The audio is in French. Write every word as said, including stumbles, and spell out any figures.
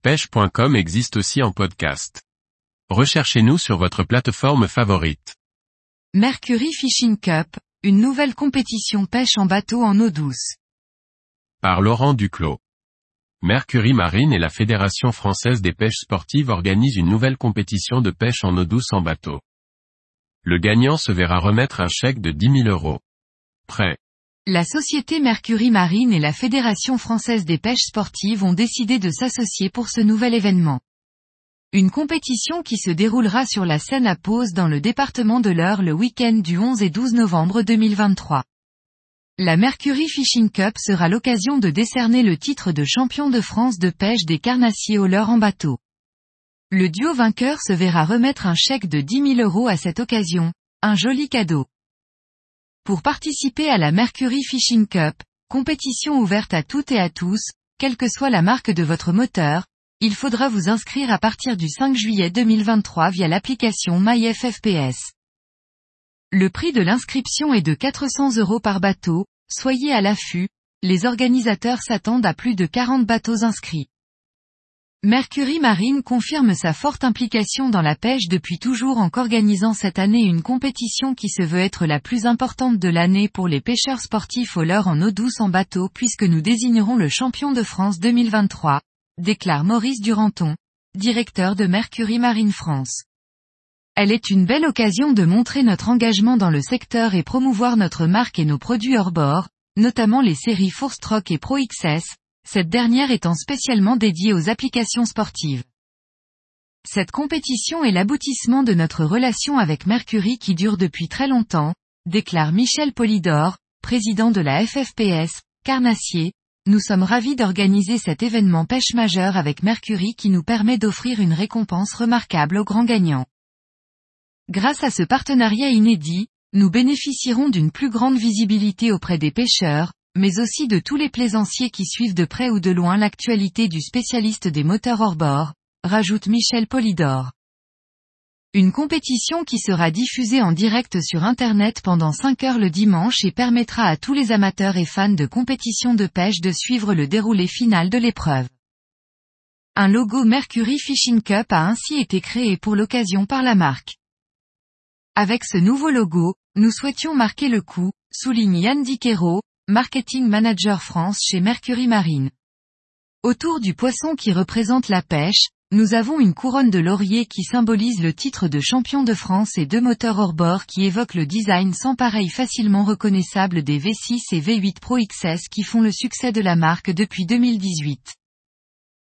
pêche point com existe aussi en podcast. Recherchez-nous sur votre plateforme favorite. Mercury Fishing Cup, une nouvelle compétition pêche en bateau en eau douce. Par Laurent Duclos. Mercury Marine et la Fédération française des pêches sportives organisent une nouvelle compétition de pêche en eau douce en bateau. Le gagnant se verra remettre un chèque de dix mille euros. Prêt. La société Mercury Marine et la Fédération française des pêches sportives ont décidé de s'associer pour ce nouvel événement. Une compétition qui se déroulera sur la Seine à Pose dans le département de l'Eure le week-end du onze et douze novembre deux mille vingt-trois. La Mercury Fishing Cup sera l'occasion de décerner le titre de champion de France de pêche des carnassiers au leurre en bateau. Le duo vainqueur se verra remettre un chèque de dix mille euros à cette occasion, un joli cadeau. Pour participer à la Mercury Fishing Cup, compétition ouverte à toutes et à tous, quelle que soit la marque de votre moteur, il faudra vous inscrire à partir du cinq juillet deux mille vingt-trois via l'application MyFFPS. Le prix de l'inscription est de quatre cents euros par bateau, soyez à l'affût, les organisateurs s'attendent à plus de quarante bateaux inscrits. Mercury Marine confirme sa forte implication dans la pêche depuis toujours en qu'organisant cette année une compétition qui se veut être la plus importante de l'année pour les pêcheurs sportifs au leurre en eau douce en bateau puisque nous désignerons le champion de France deux mille vingt-trois, déclare Maurice Duranton, directeur de Mercury Marine France. Elle est une belle occasion de montrer notre engagement dans le secteur et promouvoir notre marque et nos produits hors bord, notamment les séries Four Stroke et Pro X S, cette dernière étant spécialement dédiée aux applications sportives. Cette compétition est l'aboutissement de notre relation avec Mercury qui dure depuis très longtemps, déclare Michel Polydor, président de la F F P S, Carnassier. Nous sommes ravis d'organiser cet événement pêche majeur avec Mercury qui nous permet d'offrir une récompense remarquable aux grands gagnants. Grâce à ce partenariat inédit, nous bénéficierons d'une plus grande visibilité auprès des pêcheurs, mais aussi de tous les plaisanciers qui suivent de près ou de loin l'actualité du spécialiste des moteurs hors bord, rajoute Michel Polydor. Une compétition qui sera diffusée en direct sur Internet pendant cinq heures le dimanche et permettra à tous les amateurs et fans de compétition de pêche de suivre le déroulé final de l'épreuve. Un logo Mercury Fishing Cup a ainsi été créé pour l'occasion par la marque. Avec ce nouveau logo, nous souhaitions marquer le coup, souligne Yann Diquero, Marketing Manager France chez Mercury Marine. Autour du poisson qui représente la pêche, nous avons une couronne de laurier qui symbolise le titre de champion de France et deux moteurs hors bord qui évoquent le design sans pareil facilement reconnaissable des V six et V huit Pro X S qui font le succès de la marque depuis deux mille dix-huit.